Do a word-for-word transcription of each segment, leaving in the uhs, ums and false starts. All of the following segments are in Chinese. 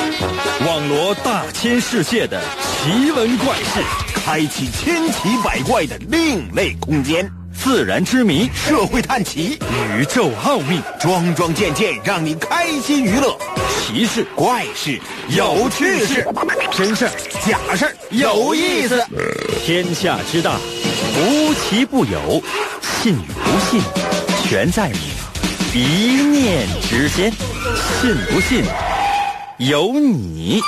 网罗大千世界的奇闻怪事， 开启千奇百怪的另类空间， 自然之谜， 社会探奇， 宇宙奥秘， 桩桩件件让你开心娱乐。 奇事怪事有趣事，真事假事有意思。 天下之大，无奇不有，信与不信全在你一念之间。信不信由你。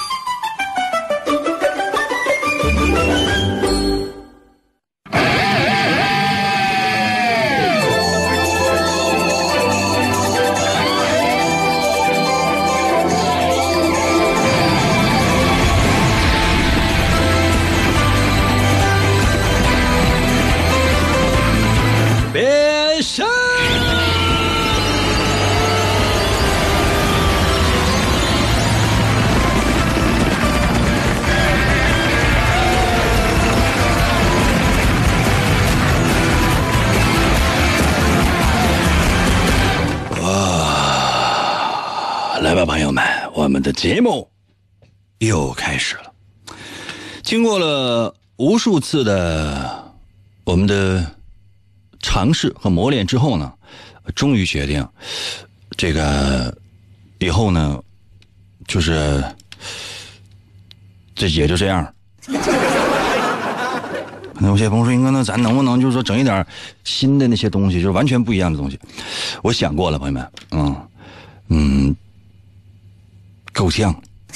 别生来吧，朋友们，我们的节目又开始了。经过了无数次的我们的尝试和磨练之后呢，终于决定这个以后呢，就是这也就这样。可能有些朋友说，应该呢，咱能不能就是说整一点新的那些东西，就是完全不一样的东西？我想过了，朋友们，嗯嗯。够呛，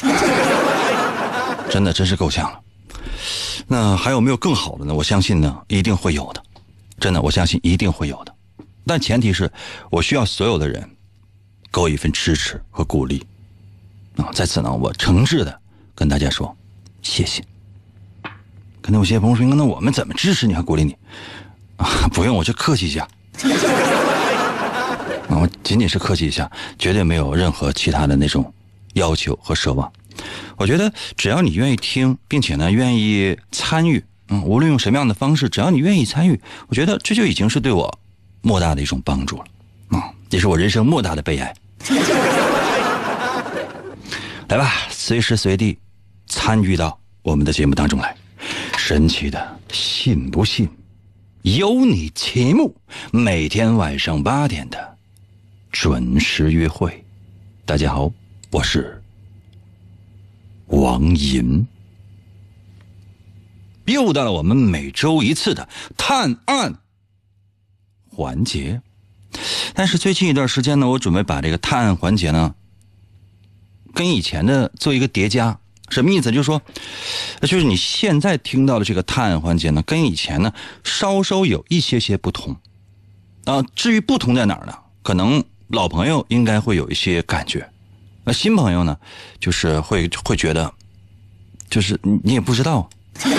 真的真是够呛了。那还有没有更好的呢？我相信呢，一定会有的，真的，我相信一定会有的。但前提是我需要所有的人给我一份支持和鼓励啊！在此呢，我诚挚的跟大家说谢谢。可能有些朋友说，那我们怎么支持你还鼓励你啊？不用，我就客气一下。啊，我仅仅是客气一下，绝对没有任何其他的那种要求和奢望。我觉得只要你愿意听，并且呢愿意参与，嗯，无论用什么样的方式，只要你愿意参与，我觉得这就已经是对我莫大的一种帮助了，啊、嗯，也是我人生莫大的悲哀。来吧，随时随地参与到我们的节目当中来。神奇的信不信由你节目，每天晚上八点的准时约会。大家好，我是王银，又到了我们每周一次的探案环节。但是最近一段时间呢，我准备把这个探案环节呢跟以前的做一个叠加。什么意思？就是说就是你现在听到的这个探案环节呢，跟以前呢稍稍有一些些不同啊。至于不同在哪儿呢，可能老朋友应该会有一些感觉，那新朋友呢就是会会觉得就是你也不知道。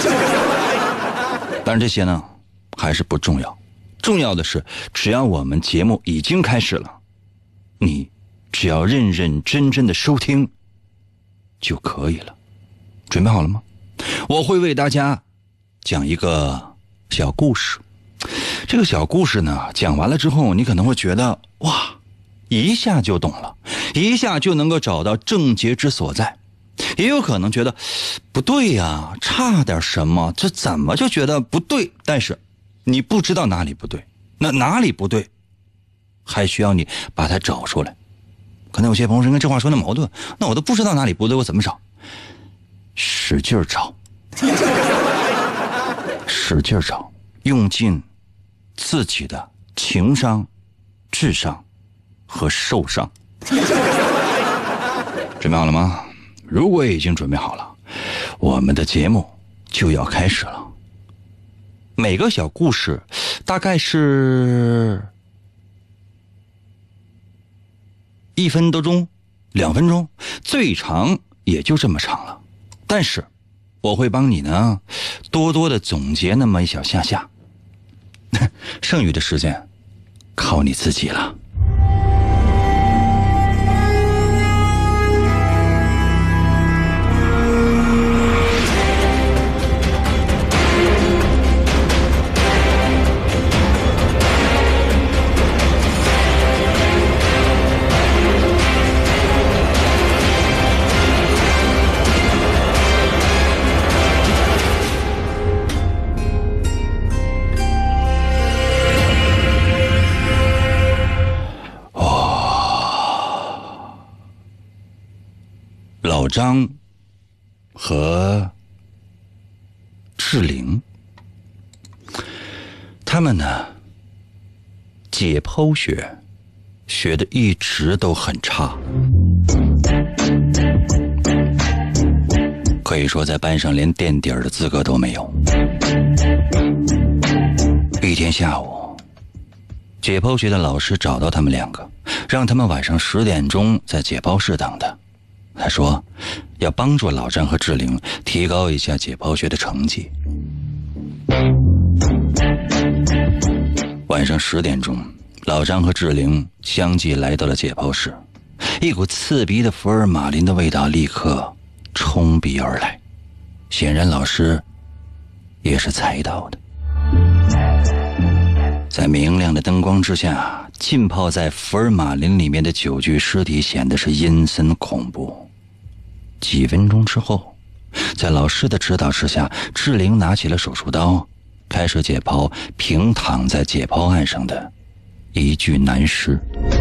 但是这些呢还是不重要，重要的是只要我们节目已经开始了，你只要认认真真的收听就可以了。准备好了吗？我会为大家讲一个小故事。这个小故事呢讲完了之后，你可能会觉得哇，一下就懂了，一下就能够找到症结之所在。也有可能觉得不对呀，差点什么，这怎么就觉得不对？但是你不知道哪里不对，那哪里不对还需要你把它找出来。可能有些朋友说，跟这话说的矛盾，那我都不知道哪里不对，我怎么找？使劲找，使劲找，用尽自己的情商、智商和受伤。准备好了吗？如果已经准备好了，我们的节目就要开始了。每个小故事大概是一分多钟，两分钟，最长也就这么长了。但是我会帮你呢多多的总结那么一小下下，剩余的时间靠你自己了。 老张和志玲，他们呢解剖学学的一直都很差，可以说在班上连垫底儿的资格都没有。一天下午，解剖学的老师找到他们两个，让他们晚上十点钟在解剖室等他。他说要帮助老张和志玲提高一下解剖学的成绩。晚上十点钟，老张和志玲相继来到了解剖室，一股刺鼻的福尔马林的味道立刻冲鼻而来，显然老师也是猜到的。在明亮的灯光之下，浸泡在福尔马林里面的九具尸体显得是阴森恐怖。几分钟之后，在老师的指导之下，志玲拿起了手术刀，开始解剖平躺在解剖案上的一具男尸。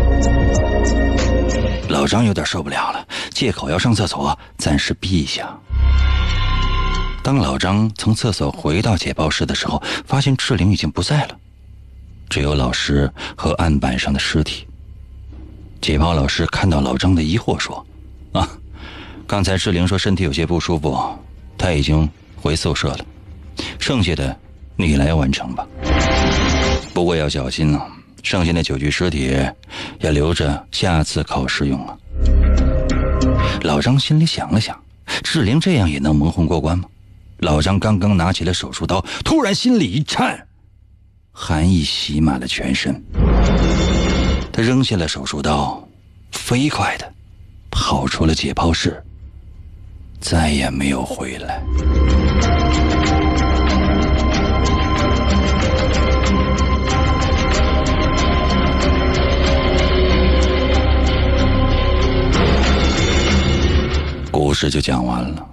老张有点受不了了，借口要上厕所，暂时避一下。当老张从厕所回到解剖室的时候，发现志玲已经不在了，只有老师和案板上的尸体。解剖老师看到老张的疑惑说：啊，刚才志玲说身体有些不舒服，她已经回宿舍了，剩下的你来完成吧。不过要小心啊，剩下的九具尸体要留着下次考试用啊。老张心里想了想，志玲这样也能蒙混过关吗？老张刚刚拿起了手术刀，突然心里一颤，寒意袭满了全身。他扔下了手术刀，飞快地跑出了解剖室，再也没有回来。故事就讲完了。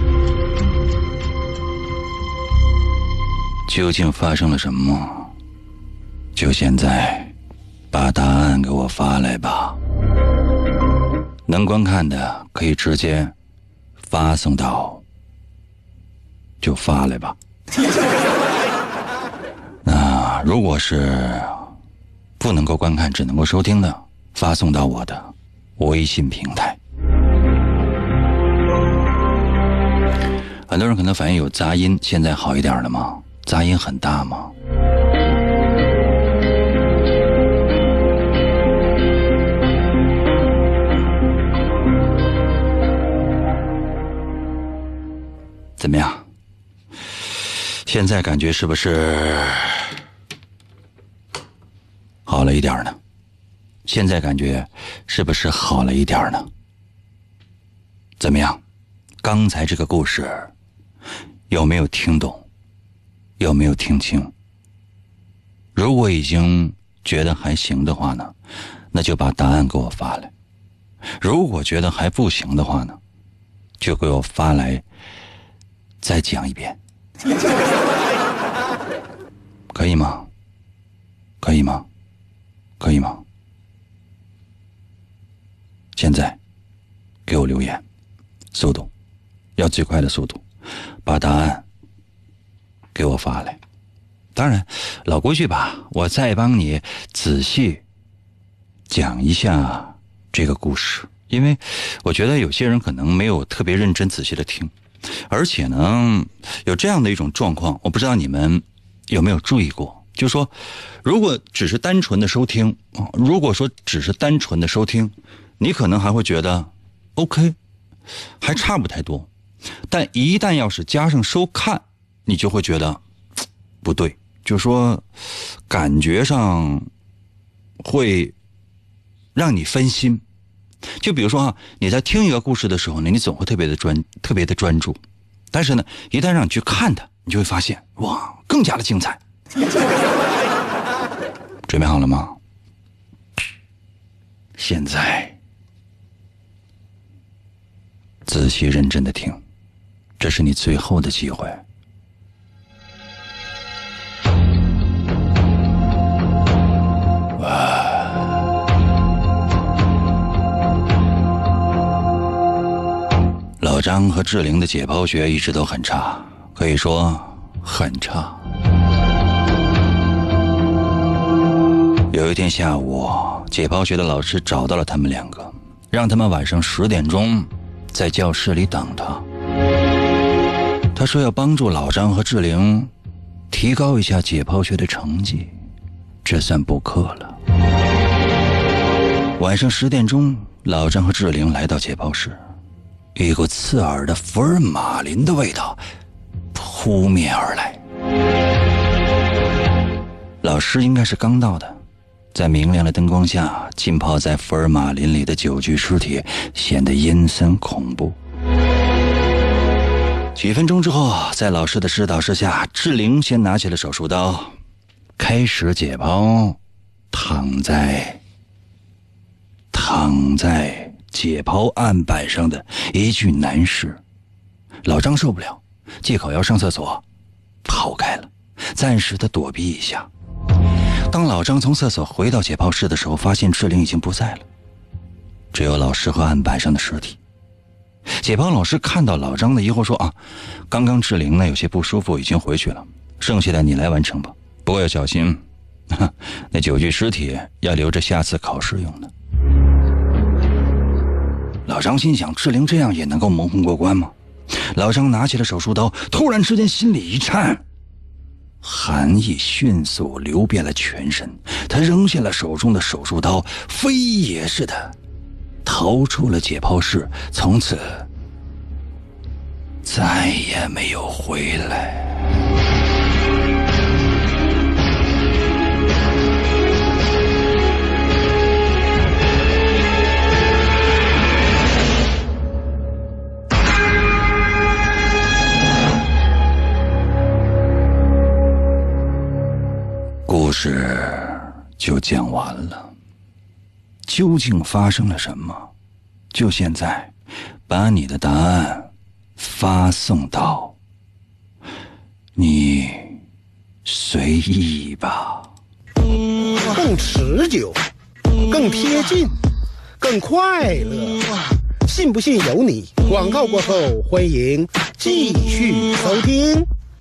究竟发生了什么？就现在把答案给我发来吧。能观看的可以直接发送到，就发来吧。那如果是不能够观看只能够收听的，发送到我的微信平台。很多人可能反映有杂音，现在好一点了吗？杂音很大吗？怎么样？现在感觉是不是好了一点呢？现在感觉是不是好了一点呢？怎么样？刚才这个故事有没有听懂？有没有听清？如果已经觉得还行的话呢，那就把答案给我发来。如果觉得还不行的话呢，就给我发来再讲一遍。可以吗？可以吗？可以吗？现在给我留言，速度要最快的速度，把答案给我发来。当然老规矩吧，我再帮你仔细讲一下这个故事，因为我觉得有些人可能没有特别认真仔细的听，而且呢有这样的一种状况，我不知道你们有没有注意过，就是说如果只是单纯的收听，如果说只是单纯的收听，你可能还会觉得 OK 还差不太多，但一旦要是加上收看，你就会觉得不对，就是说感觉上会让你分心。就比如说啊，你在听一个故事的时候呢，你总会特别的专特别的专注，但是呢一旦让你去看它，你就会发现哇更加的精彩。准备好了吗？现在仔细认真的听，这是你最后的机会。 张和志玲的解剖学一直都很差，可以说很差。有一天下午，解剖学的老师找到了他们两个，让他们晚上十点钟在教室里等他。他说要帮助老张和志玲提高一下解剖学的成绩，这算补课了。晚上十点钟，老张和志玲来到解剖室，一股刺耳的福尔马林的味道扑面而来。老师应该是刚到的，在明亮的灯光下，浸泡在福尔马林里的九具尸体显得阴森恐怖。几分钟之后，在老师的指导之下，志玲先拿起了手术刀，开始解剖躺在躺在解剖案板上的一具男尸。老张受不了，借口要上厕所跑开了，暂时的躲避一下。当老张从厕所回到解剖室的时候，发现志玲已经不在了，只有老师和案板上的尸体。解剖老师看到老张的疑惑说啊，刚刚志玲呢有些不舒服，已经回去了，剩下的你来完成吧，不过要小心，那九具尸体要留着下次考试用的。老张心想，志玲这样也能够蒙混过关吗？老张拿起了手术刀，突然之间心里一颤，寒意迅速流遍了全身，他扔下了手中的手术刀，飞也似的逃出了解剖室，从此再也没有回来。故事就讲完了。究竟发生了什么？就现在把你的答案发送到你随意吧。 更持久，更贴近，更快乐。信不信由你。广告过后，欢迎继续收听。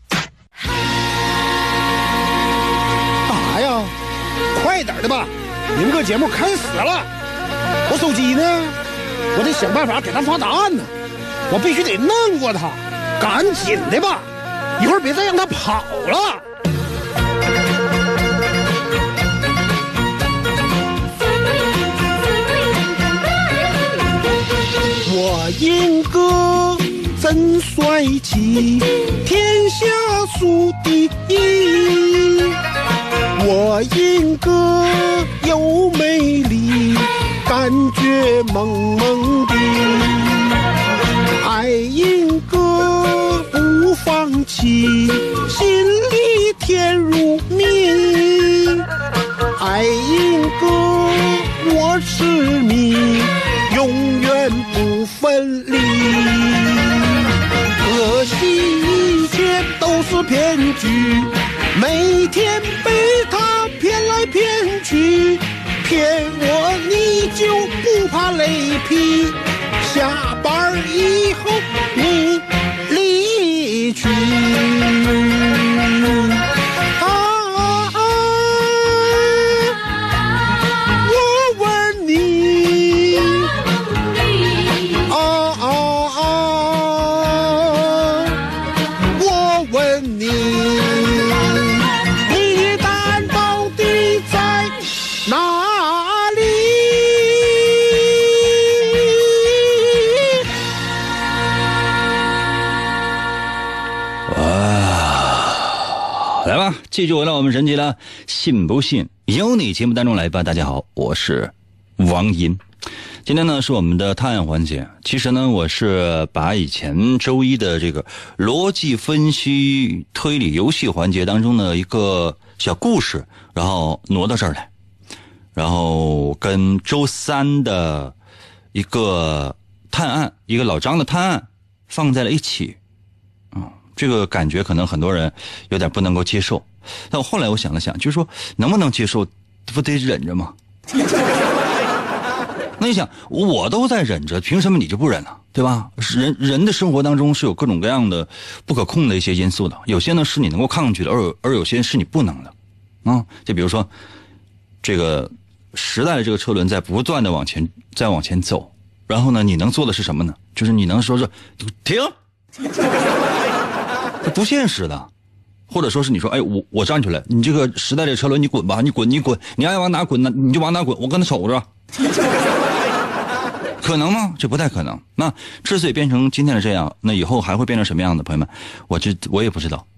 干啥呀？快点的吧，明个节目开始了。我手机呢？我得想办法给他发答案呢。我必须得弄过他，赶紧的吧，一会儿别再让他跑了。我英哥真帅气，天下数第一。我英哥有魅力，感觉萌萌的。爱英哥不放弃，心里甜如蜜。爱英哥我痴迷，永远不分离。可惜一切都是骗局，每天被他骗来骗去，骗我你就不怕雷劈，下班以后你离去。啊啊我问你，啊啊啊我问你，你的答案到底在哪里？ 来吧，继续回到我们神奇的信不信由你节目当中来吧。大家好，我是王银。今天呢是我们的探案环节。其实呢我是把以前周一的这个逻辑分析推理游戏环节当中的一个小故事，然后挪到这儿来，然后跟周三的一个探案，一个老张的探案放在了一起。嗯，这个感觉可能很多人有点不能够接受，但我后来我想了想，就是说能不能接受不得忍着吗？ 那你想，我都在忍着，凭什么你就不忍了，对吧？人人的生活当中是有各种各样的不可控的一些因素的，有些呢是你能够抗拒的，而而有些是你不能的啊。就比如说，这个时代的这个车轮在不断的往前再往前走，然后呢，你能做的是什么呢？就是你能说是停，这不现实的。或者说是你说，哎，我我站出来，你这个时代的车轮，你滚吧，你滚，你滚，你爱往哪滚呢，你就往哪滚，我跟他瞅着。可能吗？这不太可能。那之所以变成今天的这样，那以后还会变成什么样的？朋友们，我这我也不知道。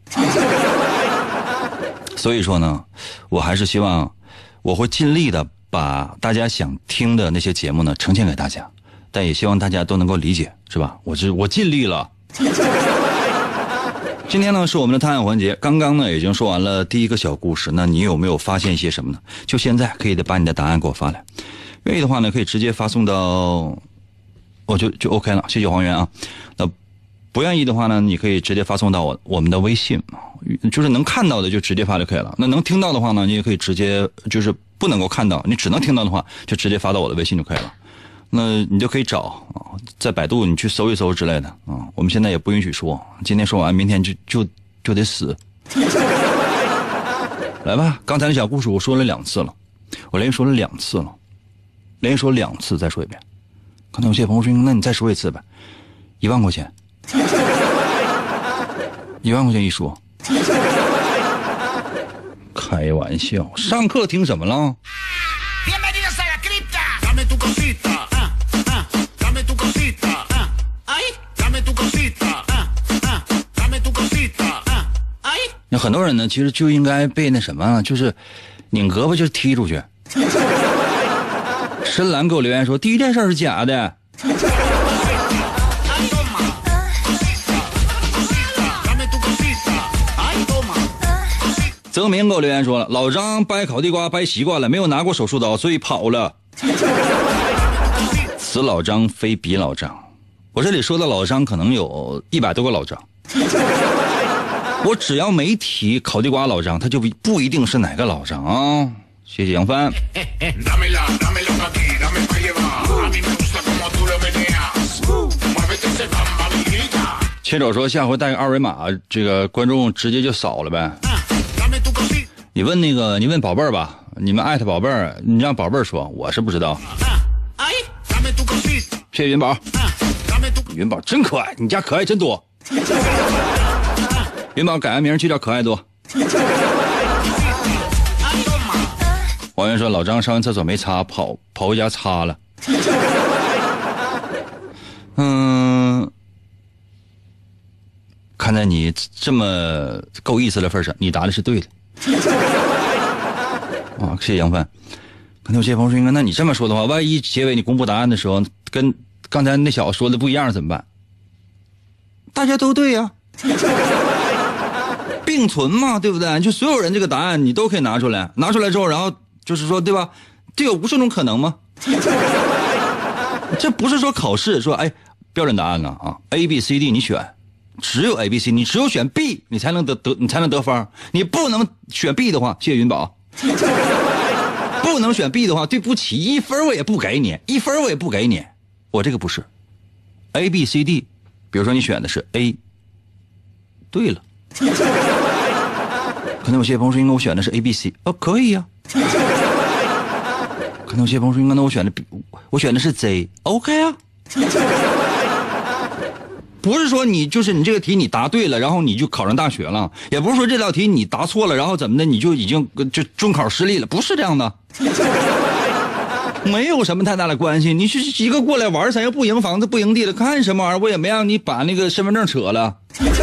所以说呢，我还是希望我会尽力的把大家想听的那些节目呢呈现给大家，但也希望大家都能够理解，是吧？我这我尽力了。今天呢是我们的探案环节，刚刚呢已经说完了第一个小故事，那你有没有发现一些什么呢？就现在可以的把你的答案给我发来，愿意的话呢可以直接发送到，我就就 OK 了，谢谢黄源啊。那不愿意的话呢，你可以直接发送到我我们的微信，就是能看到的就直接发就可以了。那能听到的话呢，你也可以直接，就是不能够看到，你只能听到的话，就直接发到我的微信就可以了。那你就可以找啊，在百度你去搜一搜之类的啊。我们现在也不允许说，今天说完，明天就就就得死。来吧，刚才的小故事我说了两次了，我连续说了两次了，连续说两次，再说一遍。可能有些朋友说，那你再说一次呗，一万块钱，一万块钱一说，开玩笑，上课听什么了？那很多人呢，其实就应该被那什么，就是拧胳膊就踢出去。深蓝给我留言说，第一件事是假的。泽明给我留言说了，老张掰烤地瓜掰习惯了，没有拿过手术刀，所以跑了。此老张非彼老张，我这里说的老张可能有一百多个老张。我只要没提烤地瓜老张，他就不一定是哪个老张啊。谢谢杨帆。切手说下回带个二维码，这个观众直接就扫了呗。你问那个，你问宝贝儿吧，你们艾特宝贝儿，你让宝贝儿说，我是不知道。谢谢云宝，云宝真可爱，你家可爱真多。云宝改完名就叫可爱多。王源说老张上完厕所没擦，跑跑回家擦了。嗯，看在你这么够意思的份上，你答的是对的。啊，谢谢杨帆。可能有些朋友说，那你这么说的话，万一结尾你公布答案的时候跟刚才那小子说的不一样怎么办？大家都对呀、啊。并存嘛，对不对？就所有人这个答案你都可以拿出来，拿出来之后，然后就是说，对吧？这有无数种可能吗？这不是说考试说，哎，标准答案呢啊 ，A B C D 你选，只有 A B C， 你只有选 B 你才能得得你才能得分，你不能选 B 的话，谢谢云宝，不能选 B 的话，对不起，一分我也不给你，一分我也不给你，我这个不是 A B C D， 比如说你选的是 A， 对了。可能有些朋友说应该我选的是 A B C， 哦，可以呀、啊。可能有些朋友说应该那我选的我选的是 Z， OK 啊。不是说你就是你这个题你答对了，然后你就考上大学了，也不是说这道题你答错了，然后怎么的你就已经就中考失利了，不是这样的。没有什么太大的关系，你是一个过来玩，咱又不赢房子不赢地的，干什么玩意儿？我也没让你把那个身份证扯了。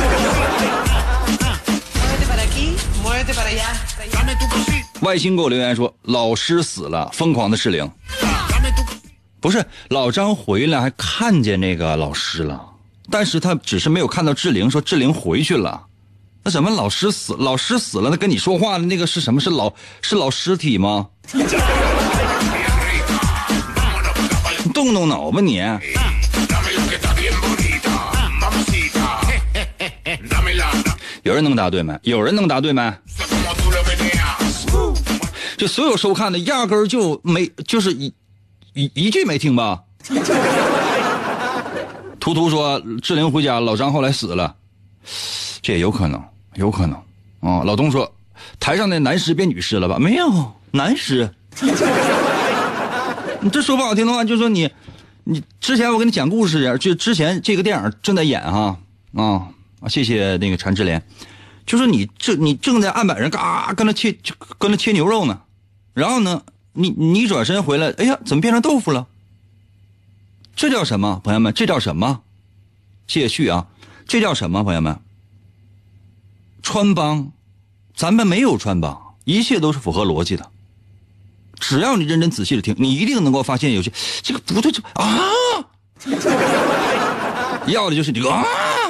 外星给我留言说老师死了，疯狂的适龄。不是，老张回来还看见那个老师了，但是他只是没有看到志玲，说志玲回去了。那什么老师死老师死了，那跟你说话的那个是什么？是老是老尸体吗？你动动脑吧你。有人能答对吗？有人能答对吗？就所有收看的压根儿就没，就是一一一句没听吧？图图说志玲回家，老张后来死了，这也有可能，有可能啊。老东说台上的男尸变女尸了吧？没有，男尸。你这说不好听的话，就说你，你之前我给你讲故事，就之前这个电影正在演哈啊啊！谢谢那个陈志莲，就说你这你正在案板上嘎跟那切跟那切牛肉呢，然后呢，你你转身回来，哎呀，怎么变成豆腐了？这叫什么，朋友们？这叫什么？谢谢旭啊，这叫什么，朋友们？穿帮，咱们没有穿帮，一切都是符合逻辑的。只要你认真仔细的听，你一定能够发现有些这个不对，这啊，要的就是这个啊。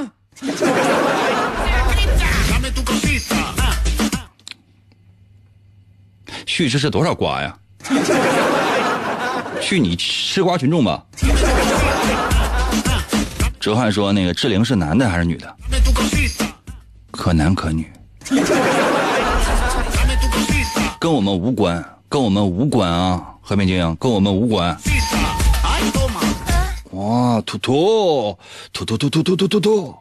旭这是多少瓜呀？旭你吃瓜群众吧。哲瀚说那个志玲是男的还是女的？可男可女，跟我们无关。跟我们无关啊，和平精英，跟我们无关。哇，突突突突突突突突突突。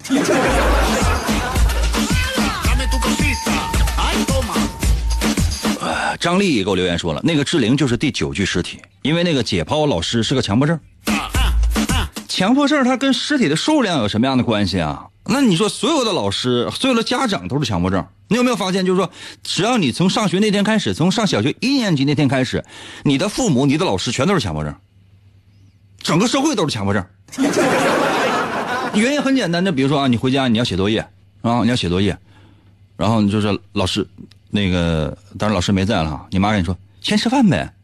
张丽给我留言说了，那个志玲就是第九具尸体，因为那个解剖老师是个强迫症。强迫症它跟尸体的数量有什么样的关系啊？那你说所有的老师，所有的家长都是强迫症。你有没有发现，就是说只要你从上学那天开始，从上小学一年级那天开始，你的父母你的老师全都是强迫症，整个社会都是强迫症。原因很简单的，比如说啊，你回家你要写作业啊，你要写作业，然后你就说老师那个当然老师没在了哈，你妈跟你说先吃饭呗。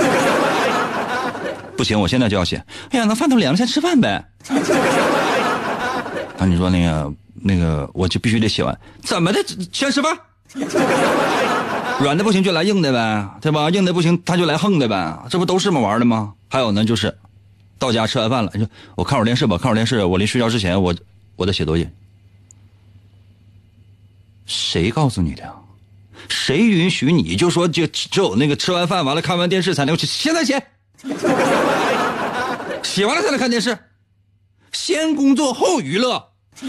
不行，我现在就要写。哎呀，那饭都凉了，先吃饭呗。那你说那个那个，我就必须得写完。怎么的？先吃饭。软的不行就来硬的呗，对吧？硬的不行他就来横的呗，这不都是这么玩的吗？还有呢，就是到家吃完饭了，就我看会儿电视吧，看会儿电视，我临睡觉之前我我得写作业。谁告诉你的？谁允许你就说就只有那个吃完饭完了看完电视才能去？现在写。写完了才能看电视，先工作后娱乐。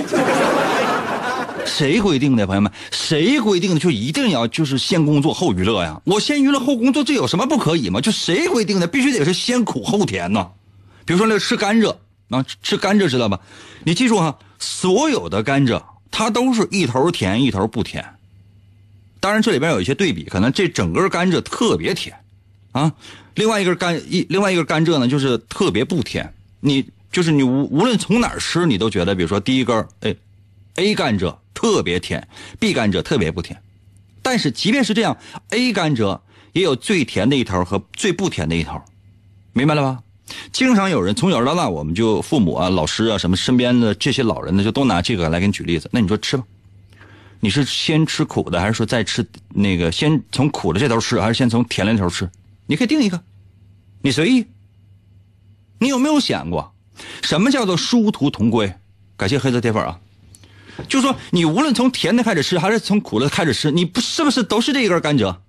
谁规定的，朋友们？谁规定的就一定要就是先工作后娱乐呀？我先娱乐后工作，这有什么不可以吗？就谁规定的必须得是先苦后甜呢？比如说那个吃甘蔗啊，吃甘蔗知道吧？你记住哈，所有的甘蔗它都是一头甜一头不甜。当然这里边有一些对比，可能这整个甘蔗特别甜啊。另外一个甘一另外一个甘蔗呢，就是特别不甜。你就是你无无论从哪儿吃，你都觉得，比如说第一根，哎 ，A 甘蔗特别甜 ，B 甘蔗特别不甜。但是即便是这样 ，A 甘蔗也有最甜的一头和最不甜的一头，明白了吧？经常有人从小到大，我们就父母啊、老师啊什么身边的这些老人呢，就都拿这个来给你举例子。那你说吃吧，你是先吃苦的，还是说再吃那个先从苦的这头吃，还是先从甜的那头吃？你可以定一个，你随意。你有没有想过，什么叫做殊途同归？感谢黑色铁粉啊！就说你无论从甜的开始吃，还是从苦的开始吃，你不是不是都是这一根甘蔗？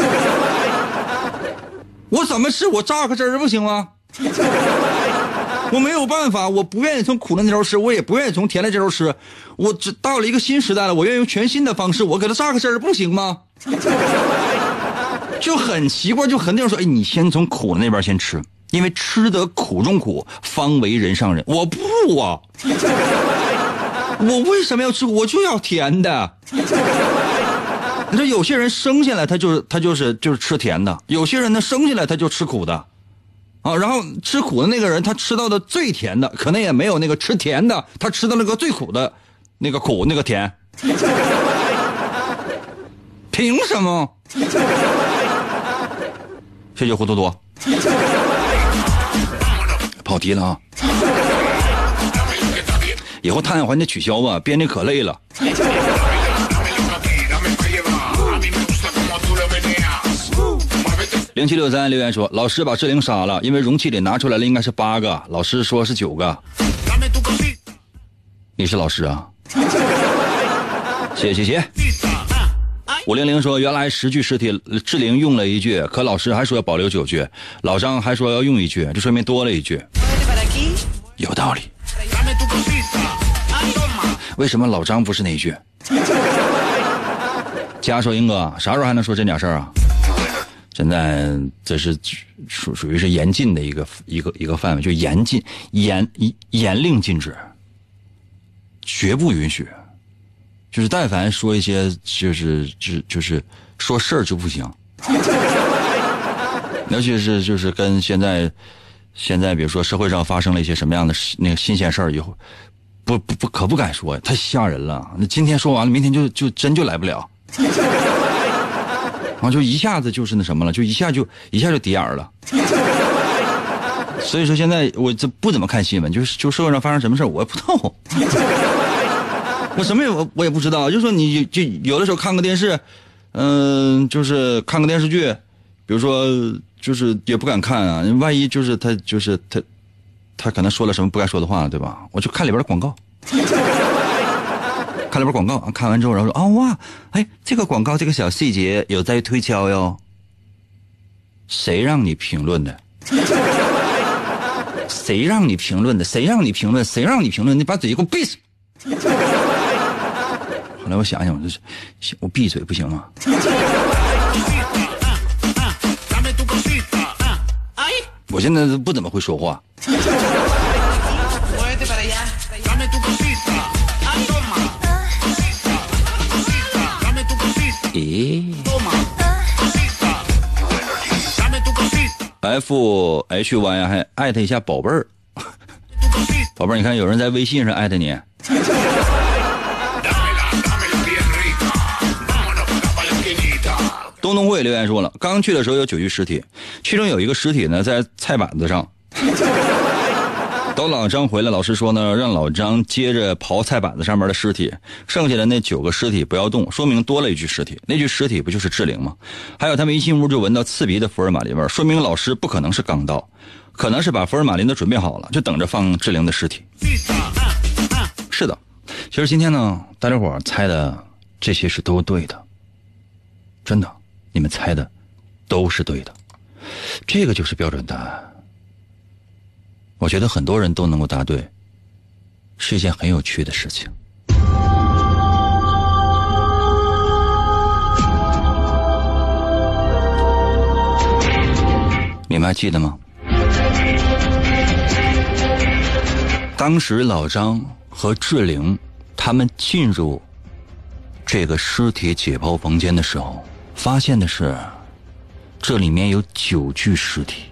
我怎么吃？我榨个汁儿不行吗？我没有办法，我不愿意从苦的那头吃，我也不愿意从甜的这头吃。我只到了一个新时代了，我愿意用全新的方式，我给它榨个汁儿不行吗？就很奇怪，就很多人说，哎，你先从苦的那边先吃，因为吃得苦中苦，方为人上人。我不啊，我为什么要吃苦？我就要甜的。你说有些人生下来他就是他就是就是吃甜的，有些人呢生下来他就吃苦的，啊，然后吃苦的那个人他吃到的最甜的，可能也没有那个吃甜的他吃到那个最苦的那个苦那个甜。凭什么？谢谢胡多多。跑题了啊！以后探环节取消吧，编的可累了。零七六三留言说，老师把志玲杀了，因为容器里拿出来了应该是八个，老师说是九个。你是老师啊？谢谢谢谢。 五零零说，原来十句尸体志玲用了一句，可老师还说要保留九句，老张还说要用一句，这说明多了一句。有道理。为什么老张不是那一句？家说，英哥啥时候还能说真假事儿啊？现在这是属属于是严禁的一个一个一个范围，就严禁严严令禁止，绝不允许。就是但凡说一些就是就就是说事儿就不行，尤其是就是跟现在现在比如说社会上发生了一些什么样的那个新鲜事儿以后，不不不可不敢说，太吓人了。那今天说完了，明天就就真就来不了。然后就一下子就是那什么了，就一下就一下就跌眼了。所以说现在我这不怎么看新闻，就是就社会上发生什么事我也不知道，我什么也我我也不知道。就说你就有的时候看个电视，嗯、呃，就是看个电视剧，比如说就是也不敢看啊，万一就是他就是他他可能说了什么不该说的话，对吧？我就看里边的广告。看了本广告，看完之后然后说，哦哇，哎，这个广告这个小细节有在推敲哟。谁让你评论的？谁让你评论的？谁让你评论？谁让你评论？你把嘴给我闭上。后来我想想，我就是我闭嘴不行吗？我现在不怎么会说话。咦 ？F H Y 还艾特一下宝贝儿，宝贝儿，你看有人在微信上艾特你。东东会留言说了，刚去的时候有九具尸体，其中有一个尸体呢在菜板子上。等老张回来，老师说呢，让老张接着刨菜板子上面的尸体，剩下的那九个尸体不要动，说明多了一具尸体。那具尸体不就是志玲吗？还有他们一进屋就闻到刺鼻的福尔马林味，说明老师不可能是刚到，可能是把福尔马林都准备好了，就等着放志玲的尸体。是的，其实今天呢，大家伙猜的这些是都对的，真的，你们猜的都是对的，这个就是标准答案。我觉得很多人都能够答对，是一件很有趣的事情。你们还记得吗？当时老张和志玲他们进入这个尸体解剖房间的时候，发现的是这里面有九具尸体。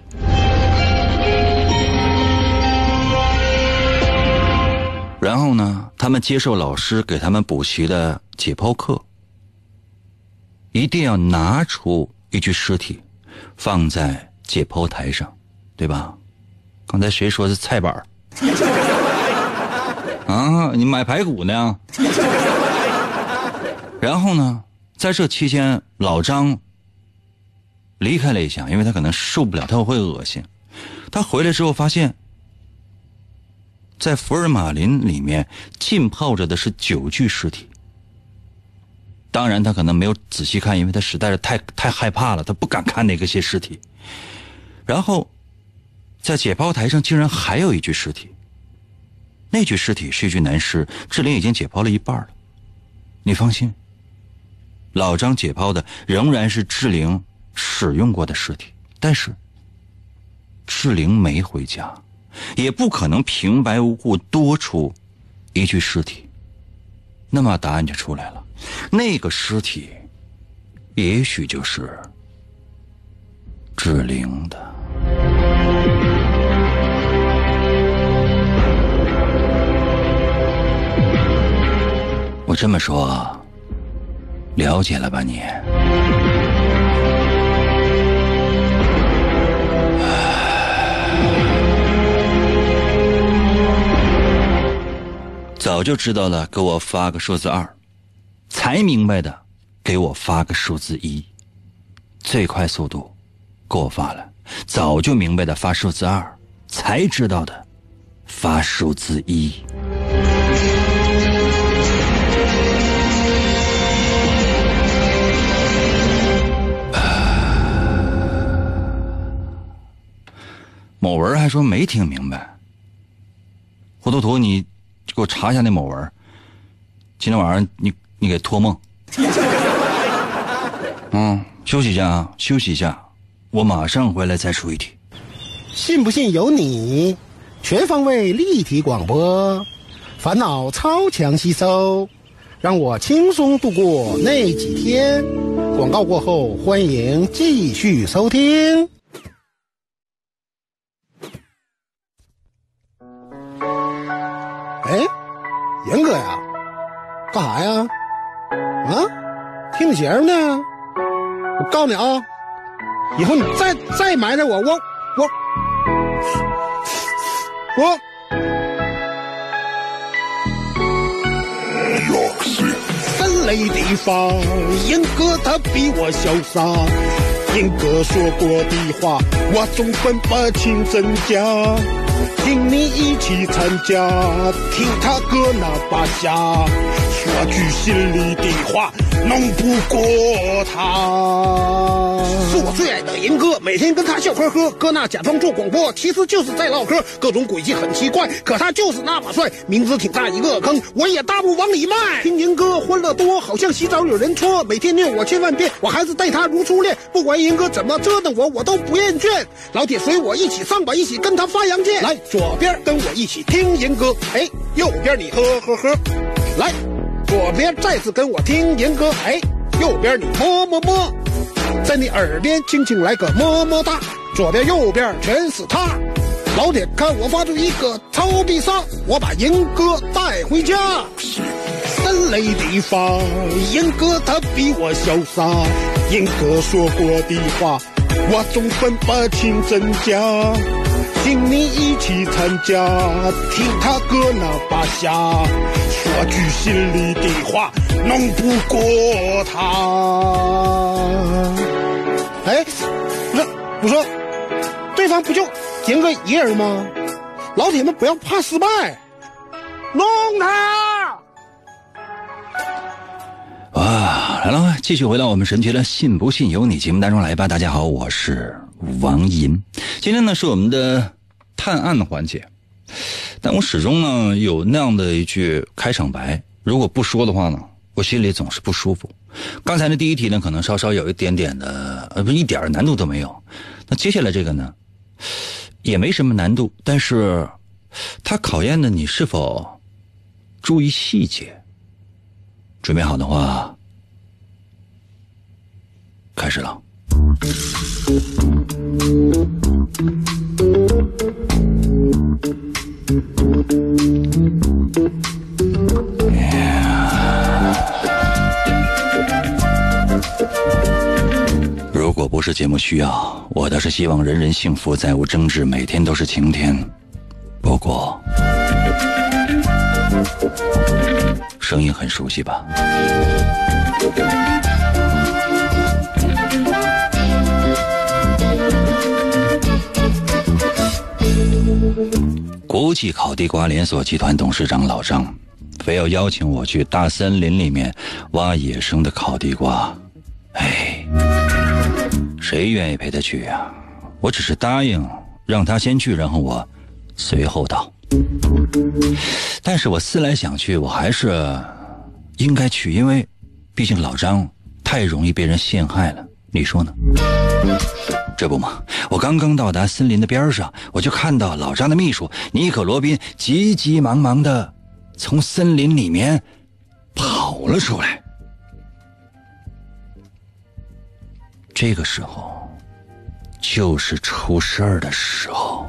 然后呢，他们接受老师给他们补习的解剖课，一定要拿出一具尸体放在解剖台上，对吧？刚才谁说是菜板啊？你买排骨呢？然后呢，在这期间，老张离开了一下，因为他可能受不了，他会恶心。他回来之后发现，在福尔马林里面浸泡着的是九具尸体。当然他可能没有仔细看，因为他实在是太太害怕了，他不敢看那个些尸体。然后在解剖台上竟然还有一具尸体，那具尸体是一具男尸，志玲已经解剖了一半了。你放心，老张解剖的仍然是志玲使用过的尸体，但是志玲没回家，也不可能平白无故多出一具尸体。那么答案就出来了，那个尸体也许就是志玲的。我这么说了解了吧你？早就知道了，给我发个数字二；才明白的，给我发个数字一。最快速度给我发了，早就明白的发数字二，才知道的发数字一。 说没听明白。胡图图，你给我查一下那某文，今天晚上你你给托梦。嗯，休息一下啊，休息一下，我马上回来再出一题。 信不信由你，全方位立体广播，烦恼超强吸收，让我轻松度过那几天。广告过后，欢迎继续收听。哎，严哥呀，干啥呀？啊，听你节目呢？我告诉你啊，以后你再再埋汰我，我我我。三类地方，严哥他比我潇洒。严哥说过的话，我总分不清真假。请你一起参加，听他哥那把下，说句心里的话，弄不过他。是我最爱的严哥，每天跟他笑呵呵，哥那假装做广播，其实就是在唠嗑，各种轨迹很奇怪，可他就是那么帅，名字挺大一个坑，我也大步往里迈。听严哥欢乐多，好像洗澡有人搓，每天虐我千万遍，我还是待他如初恋，不管严哥怎么折腾我，我都不厌倦。老铁随我一起上吧，一起跟他发扬剑，来左边跟我一起听严哥，哎，右边你呵呵呵，来，左边再次跟我听严哥，哎，右边你么么么，在你耳边轻轻来个么么哒，左边右边全是他。老铁看我发出一个超必杀，我把严哥带回家。三类地方，严哥他比我潇洒，严哥说过的话，我总分不清真假。请你一起参加，听他哥那把下，说句心里的话，弄不过他。哎，不是，我说，对方不就严哥一个人吗？老铁们不要怕失败，弄他！ 哇，来了，继续回到我们神奇的信不信由你节目当中来吧。大家好，我是王银，今天呢是我们的探案的环节，但我始终呢有那样的一句开场白，如果不说的话呢，我心里总是不舒服。刚才的第一题呢，可能稍稍有一点点的，呃，不一点难度都没有。那接下来这个呢，也没什么难度，但是它考验的你是否注意细节。准备好的话，开始了。如果不是节目需要，我倒是希望人人幸福，再无争执，每天都是晴天。不过声音很熟悉吧？国际烤地瓜连锁集团董事长老张非要邀请我去大森林里面挖野生的烤地瓜，哎，谁愿意陪他去呀？我只是答应让他先去，然后我随后到。但是我思来想去，我还是应该去，因为毕竟老张太容易被人陷害了，你说呢？这不嘛，我刚刚到达森林的边上，我就看到老张的秘书尼可罗宾急急忙忙的从森林里面跑了出来。这个时候就是出事儿的时候。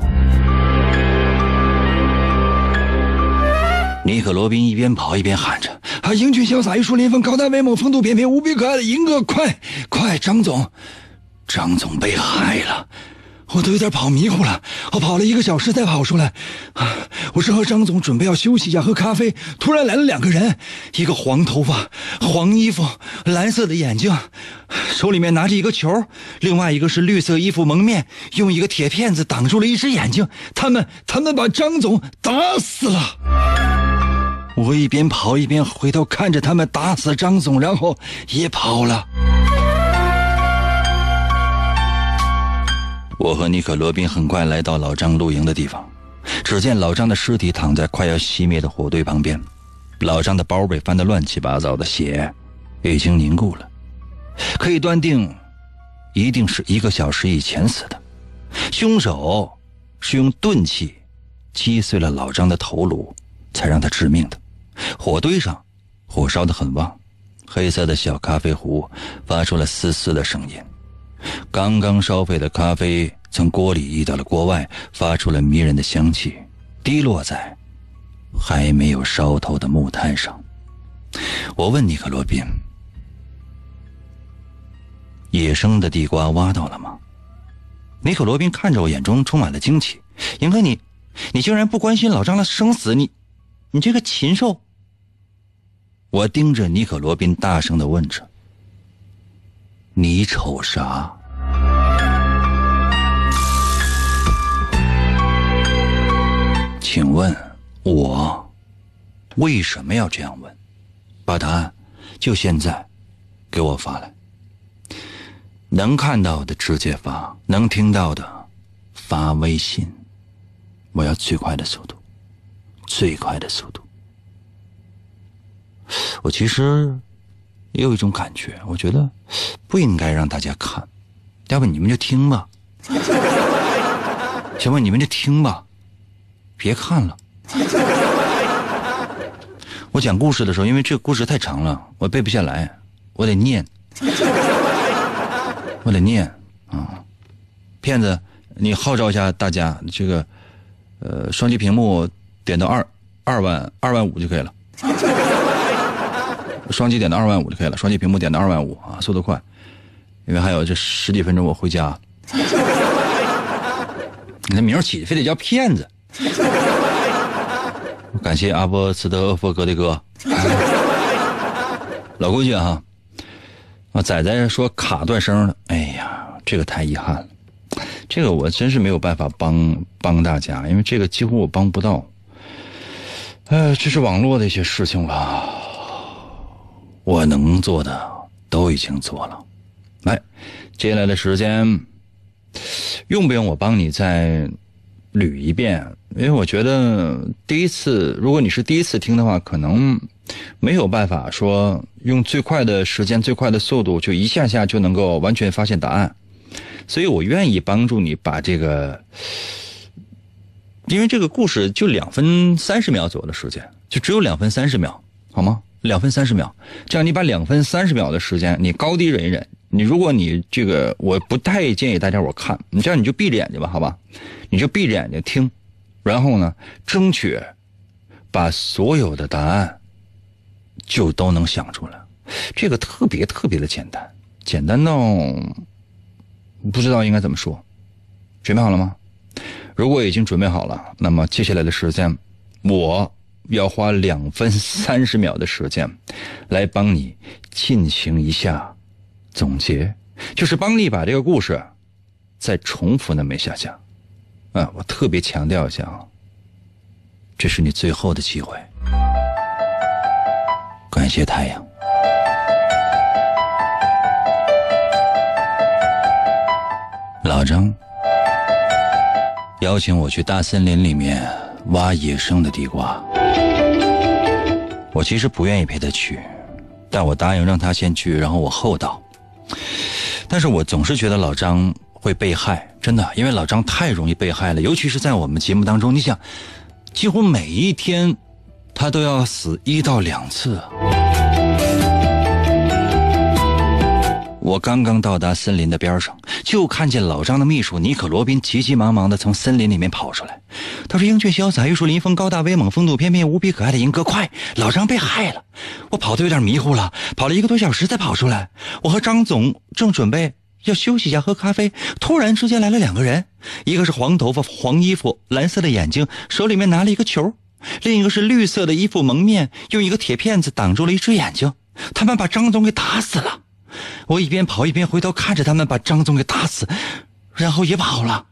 尼可罗宾一边跑一边喊着：“啊，英俊潇洒，玉树临风，高大威猛，风度翩翩，无比可爱的银哥，快快，张总，张总被害了！”我都有点跑迷糊了，我跑了一个小时才跑出来。啊，我是和张总准备要休息一下，喝咖啡，突然来了两个人，一个黄头发、黄衣服、蓝色的眼睛，手里面拿着一个球，另外一个是绿色衣服蒙面，用一个铁片子挡住了一只眼睛。他们他们把张总打死了。我一边跑一边回头看着他们打死张总，然后也跑了。 我和尼可罗宾很快来到老张露营的地方，只见老张的尸体躺在快要熄灭的火堆旁边，老张的包被翻得乱七八糟的，血已经凝固了，可以断定一定是一个小时以前死的。凶手是用钝器击碎了老张的头颅才让他致命的。火堆上火烧得很旺，黑色的小咖啡壶发出了嘶嘶的声音，刚刚烧沸的咖啡从锅里溢到了锅外，发出了迷人的香气，滴落在还没有烧透的木炭上。我问尼可罗宾，野生的地瓜挖到了吗？尼可罗宾看着我，眼中充满了惊奇。严哥，你你竟然不关心老张的生死，你你这个禽兽！我盯着尼可罗宾大声地问着，你瞅啥？请问我为什么要这样问？把答案就现在给我发来，能看到的直接发，能听到的发微信，我要最快的速度，最快的速度。我其实也有一种感觉，我觉得不应该让大家看，要不你们就听吧，行吧，你们就听吧，别看了。我讲故事的时候，因为这个故事太长了，我背不下来，我得念，我得念啊！骗子，你号召一下大家，这个呃，双击屏幕点到二二万二万五就可以了，双击点到二万五就可以了，双击屏幕点到二万五啊，速度快，因为还有这十几分钟我回家。你的名起的非得叫骗子。感谢阿波斯特佛哥的哥，老规矩啊！啊，仔仔说卡断声了，哎呀，这个太遗憾了，这个我真是没有办法帮帮大家，因为这个几乎我帮不到。呃，这是网络的一些事情吧，我能做的都已经做了。来，接下来的时间，用不用我帮你再捋一遍？因为我觉得第一次，如果你是第一次听的话，可能没有办法说用最快的时间、最快的速度，就一下下就能够完全发现答案。所以我愿意帮助你把这个，因为这个故事就两分三十秒左右的时间，就只有两分三十秒，好吗？两分三十秒，这样你把两分三十秒的时间，你高低忍一忍。你如果你这个，我不太建议大家伙看，你这样你就闭着眼睛吧，好吧？你就闭着眼睛听，然后呢，争取把所有的答案就都能想出来。这个特别特别的简单，简单到不知道应该怎么说。准备好了吗？如果已经准备好了，那么接下来的时间，我要花两分三十秒的时间来帮你进行一下总结，就是帮你把这个故事再重复那么一下下啊！我特别强调一下啊，这是你最后的机会。感谢太阳。老张邀请我去大森林里面挖野生的地瓜，我其实不愿意陪他去，但我答应让他先去，然后我后到。但是我总是觉得老张会被害，真的，因为老张太容易被害了，尤其是在我们节目当中，你想，几乎每一天他都要死一到两次。我刚刚到达森林的边上，就看见老张的秘书尼可罗宾急急忙忙地从森林里面跑出来。他说：英俊潇洒，玉树临风，高大威猛，风度翩翩，无比可爱的英哥，快，老张被害了。我跑得有点迷糊了，跑了一个多小时才跑出来。我和张总正准备要休息一下喝咖啡，突然之间来了两个人，一个是黄头发黄衣服蓝色的眼睛，手里面拿了一个球，另一个是绿色的衣服蒙面，用一个铁片子挡住了一只眼睛。他们把张总给打死了。我一边跑一边回头看着他们把张总给打死，然后也跑了。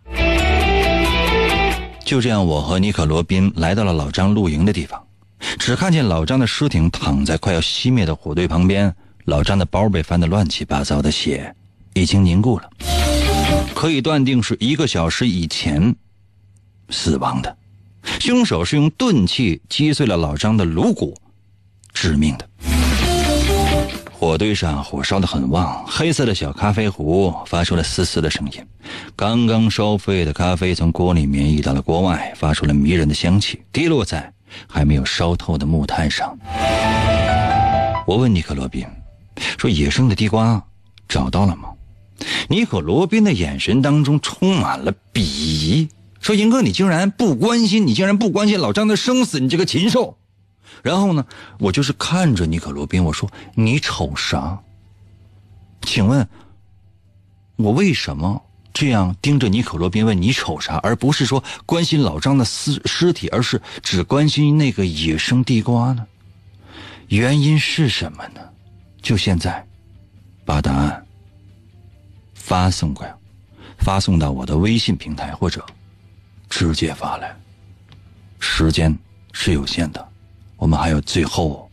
就这样，我和尼可罗宾来到了老张露营的地方，只看见老张的尸体躺在快要熄灭的火堆旁边，老张的包被翻得乱七八糟的，血已经凝固了， 可以断定是一个小时以前死亡的。凶手是用钝器击碎了老张的颅骨致命的。火堆上火烧得很旺，黑色的小咖啡壶发出了嘶嘶的声音，刚刚烧沸的咖啡从锅里面溢到了锅外，发出了迷人的香气，滴落在还没有烧透的木炭上。我问尼可罗宾说，野生的地瓜找到了吗？尼可罗宾的眼神当中充满了鄙夷，说银哥，你竟然不关心，你竟然不关心老张的生死，你这个禽兽。然后呢，我就是看着尼可罗宾，我说，你瞅啥？请问我为什么这样盯着尼可罗宾问你瞅啥，而不是说关心老张的尸尸体，而是只关心那个野生地瓜呢？原因是什么呢？就现在把答案发送过来，发送到我的微信平台，或者直接发来。时间是有限的，我们还有最后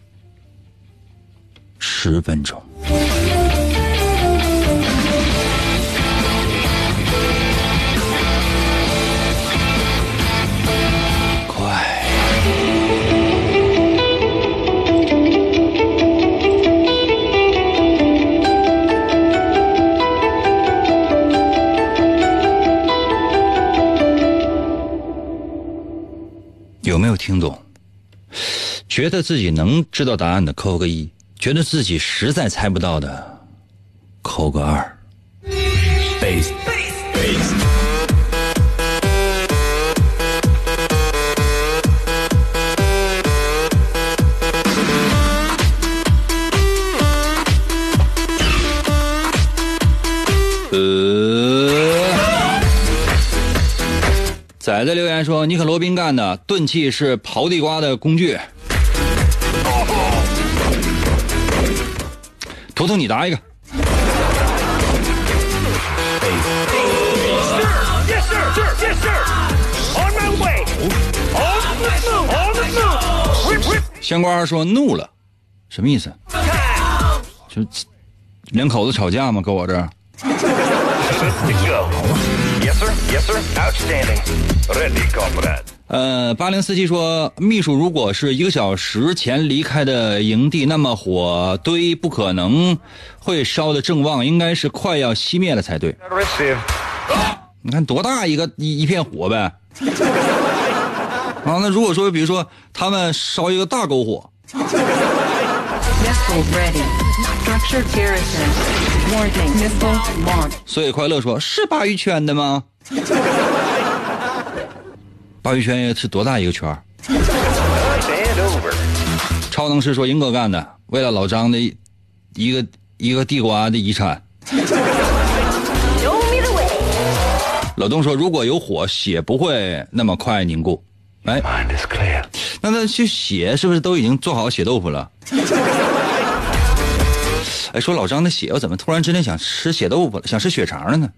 十分钟。快！有没有听懂？觉得自己能知道答案的扣个一，觉得自己实在猜不到的扣个二。Base, base. 呃，仔仔留言说，尼可罗宾干的，钝器是刨地瓜的工具。图图你答一个。香瓜说怒了，什么意思？就两口子吵架吗？搁我这儿。呃，八零四七说，秘书如果是一个小时前离开的营地，那么火堆不可能会烧得正旺，应该是快要熄灭了才对。你看多大一个一一片火呗。啊，那如果说比如说他们烧一个大篝火。所以快乐说，是鲅鱼圈的吗？鲅鱼圈是多大一个圈？超能师说，英哥干的，为了老张的一个一个地瓜的遗产。老东说，如果有火，血不会那么快凝固。哎，那那去血是不是都已经做好血豆腐了？哎，说老张的血，我怎么突然之间想吃血豆腐了，想吃血肠了呢？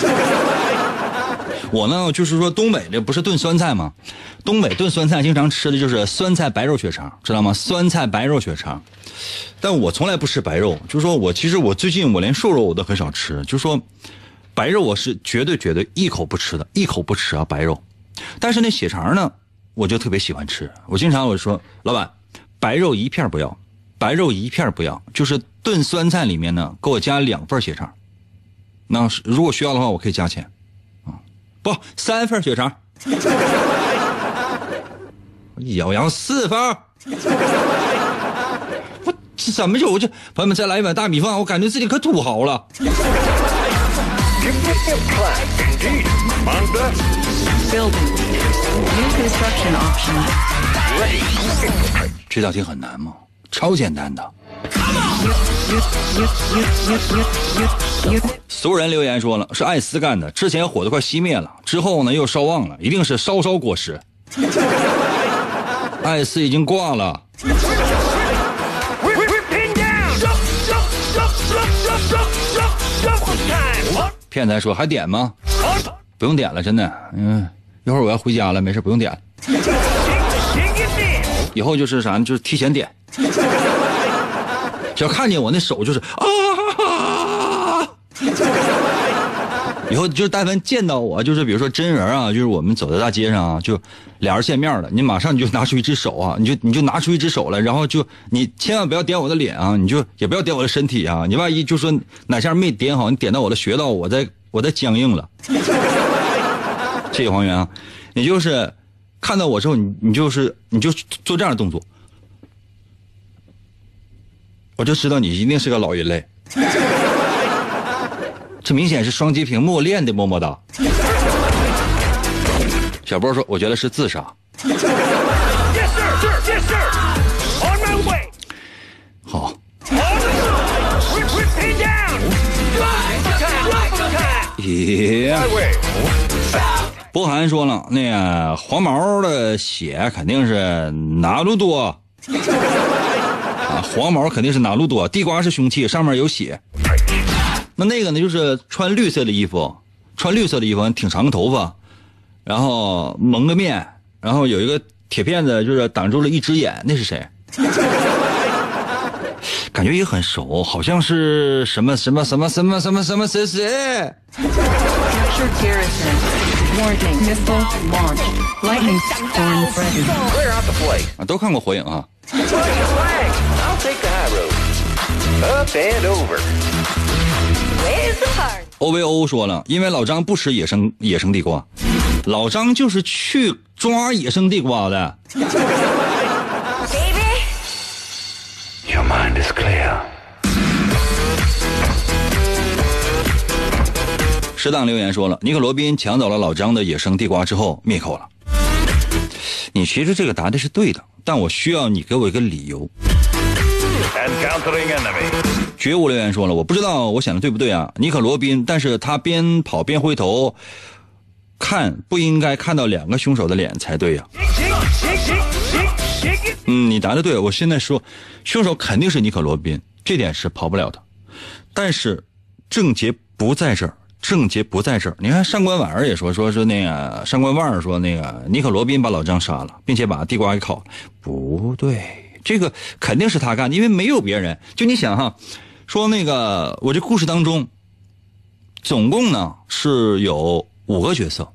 我呢，就是说东北的不是炖酸菜吗？东北炖酸菜经常吃的就是酸菜白肉血肠，知道吗？酸菜白肉血肠。但我从来不吃白肉，就是说我其实我最近我连瘦肉我都很少吃，就是说白肉我是绝对绝对一口不吃的，一口不吃啊白肉。但是那血肠呢，我就特别喜欢吃。我经常我说，老板，白肉一片不要，白肉一片不要，就是炖酸菜里面呢给我加两份血肠。那如果需要的话，我可以加钱。不，三份血肠。我要四份。我这怎么就我这朋友们再来一碗大米饭，我感觉自己可土豪了。这道题很难吗？超简单的。所有人留言说了，是艾斯干的，之前火都快熄灭了，之后呢又烧旺了，一定是烧烧果实。艾斯已经挂了。骗子还说还点吗？不用点了，真的。嗯，一会儿我要回家了，没事不用点了。以后就是啥，就是提前点。只要看见我那手就是啊。 以后就但凡见到我，就是比如说真人啊，就是我们走在大街上啊，就俩人见面了，你马上你就拿出一只手啊，你就你就拿出一只手来，然后就你千万不要点我的脸啊，你就也不要点我的身体啊，你万一就说哪下没点好，你点到我的穴道，我在我在僵硬了。谢谢黄源啊，你就是看到我之后，你你就是你就做这样的动作，我就知道你一定是个老人类。这明显是双击屏幕练的，么么哒。小波说：“我觉得是自杀。” Yes, sir, sir, yes, sir. On my way. 好。咦？波涵说了，那个黄毛的血肯定是哪路多啊？黄毛肯定是哪路多？地瓜是凶器，上面有血。那那个呢，就是穿绿色的衣服，穿绿色的衣服，挺长头发，然后蒙个面，然后有一个铁片子，就是挡住了一只眼，那是谁？感觉也很熟，好像是什么什么什么什么什么什么谁谁。啊，都看过火影啊。O V O 说了，因为老张不吃野生野生地瓜，老张就是去抓野生地瓜的。Your mind is clear. 适当留言说了，尼克罗宾抢走了老张的野生地瓜之后灭口了。你其实这个答的是对的，但我需要你给我一个理由。绝无留言说了，我不知道我想的对不对啊，尼克罗宾，但是他边跑边回头看，不应该看到两个凶手的脸才对呀、啊。嗯，你答的对，我现在说凶手肯定是尼克罗宾，这点是跑不了的。但是症结不在这儿，症结不在这儿。你看上官婉儿也说，说是那个上官婉儿说那个尼克罗宾把老张杀了，并且把地瓜给烤了，不对，这个肯定是他干的，因为没有别人。就你想哈，说那个我这故事当中，总共呢是有五个角色，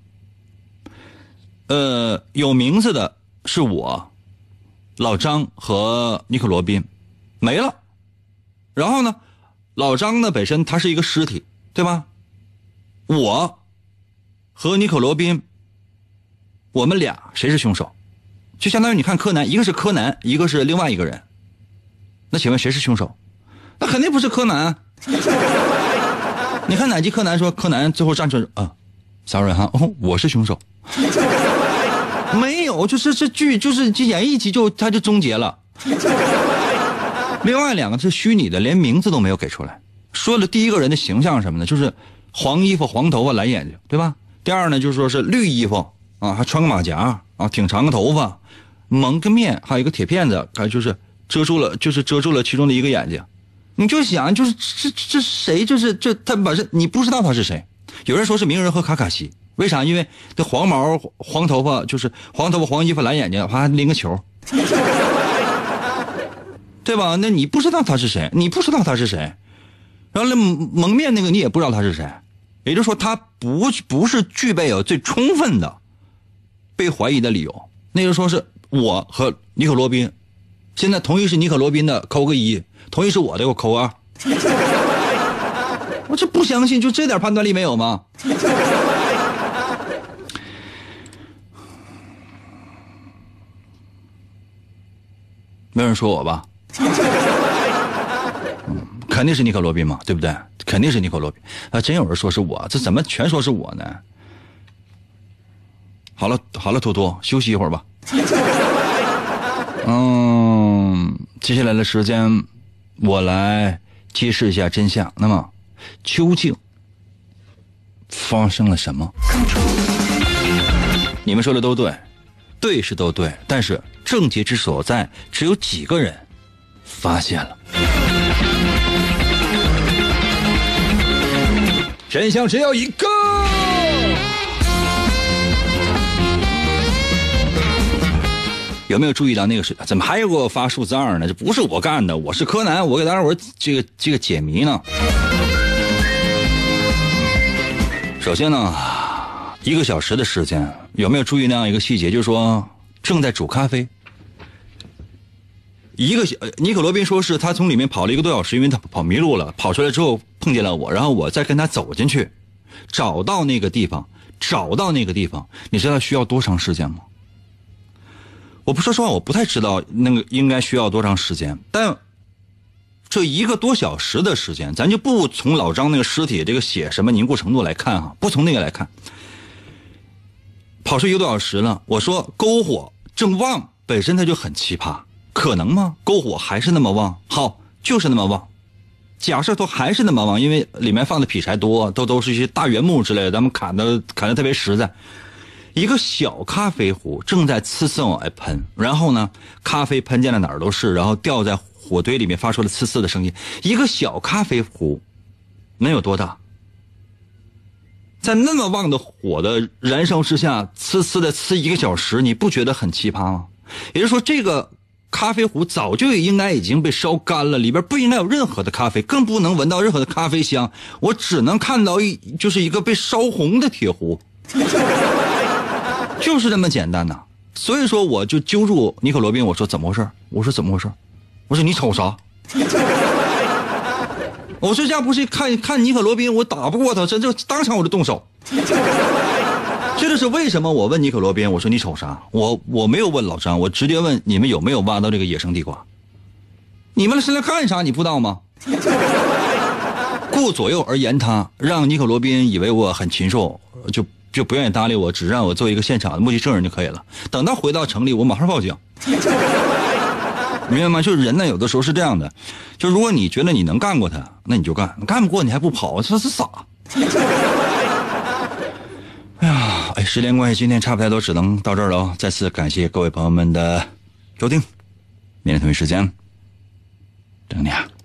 呃，有名字的是我。老张和尼克罗宾没了，然后呢，老张呢本身他是一个尸体，对吧？我和尼克罗宾，我们俩谁是凶手？就相当于你看柯南，一个是柯南，一个是另外一个人。那请问谁是凶手？那肯定不是柯南啊。你看哪集柯南说柯南最后站出来啊 ，sorry 哈，哦，我是凶手。没有，就是这剧就是这演一集就他就终结了。另外两个是虚拟的，连名字都没有给出来。说了第一个人的形象是什么呢？就是黄衣服、黄头发、蓝眼睛，对吧？第二呢，就是说是绿衣服啊，还穿个马甲啊，挺长个头发，蒙个面，还有一个铁片子，还就是遮住了，就是遮住了其中的一个眼睛。你就想，就是这这谁？就是这他本身你不知道他是谁。有人说是鸣人和卡卡西。为啥？因为这黄毛黄头发，就是黄头发黄衣服蓝眼睛，还拎个球，对吧？那你不知道他是谁，你不知道他是谁，然后那蒙面那个你也不知道他是谁，也就是说他不不是具备有最充分的被怀疑的理由。那就说是我和尼克罗宾，现在同意是尼克罗宾的扣个一，同意是我的给我扣二。我这不相信，就这点判断力没有吗？没有人说我吧、嗯、肯定是尼克罗宾嘛，对不对？肯定是尼克罗宾啊！真有人说是我，这怎么全说是我呢？好了好了，图图休息一会儿吧。嗯，接下来的时间我来揭示一下真相。那么究竟发生了什么？你们说的都对，对是都对，但是症结之所在只有几个人发现了。真相只有一个。有没有注意到那个是怎么还有给我发数字二呢？这不是我干的，我是柯南，我给大家伙这个这个解谜呢。 首先呢，一个小时的时间，有没有注意那样一个细节，就是说正在煮咖啡。一个尼可罗宾说是他从里面跑了一个多小时，因为他跑迷路了，跑出来之后碰见了我，然后我再跟他走进去，找到那个地方，找到那个地方，你知道需要多长时间吗？我不说实话，我不太知道那个应该需要多长时间，但这一个多小时的时间，咱就不从老张那个尸体这个血什么凝固程度来看哈，不从那个来看，跑出一个多小时了。我说篝火正旺，本身它就很奇葩，可能吗？篝火还是那么旺？好，就是那么旺。假设都还是那么旺，因为里面放的劈柴多，都都是一些大原木之类的，咱们砍的砍的特别实在。一个小咖啡壶正在呲呲往外喷，然后呢，咖啡喷溅的哪儿都是，然后掉在火堆里面发出了呲呲的声音。一个小咖啡壶能有多大？在那么旺的火的燃烧之下，呲呲的呲一个小时，你不觉得很奇葩吗？也就是说，这个咖啡壶早就应该已经被烧干了，里边不应该有任何的咖啡，更不能闻到任何的咖啡香。我只能看到一就是一个被烧红的铁壶。就是这么简单呐，所以说我就揪住尼可罗宾，我说怎么回事？我说怎么回事？我说你瞅啥？我说要不是看看尼可罗宾，我打不过他，这就当场我就动手。这就是为什么我问尼可罗宾，我说你瞅啥？我我没有问老张，我直接问你们有没有挖到这个野生地瓜？你们是来干啥？你不知道吗？顾左右而言他，让尼可罗宾以为我很禽兽，就。就不愿意搭理我，只让我做一个现场的目击证人就可以了。等到回到城里，我马上报警。明白吗？就是人呢，有的时候是这样的，就如果你觉得你能干过他，那你就干；干不过你还不跑，这是傻。哎呀，哎，时间关系，今天差不太多，只能到这儿了哦。再次感谢各位朋友们的收听，明天同一时间等你啊。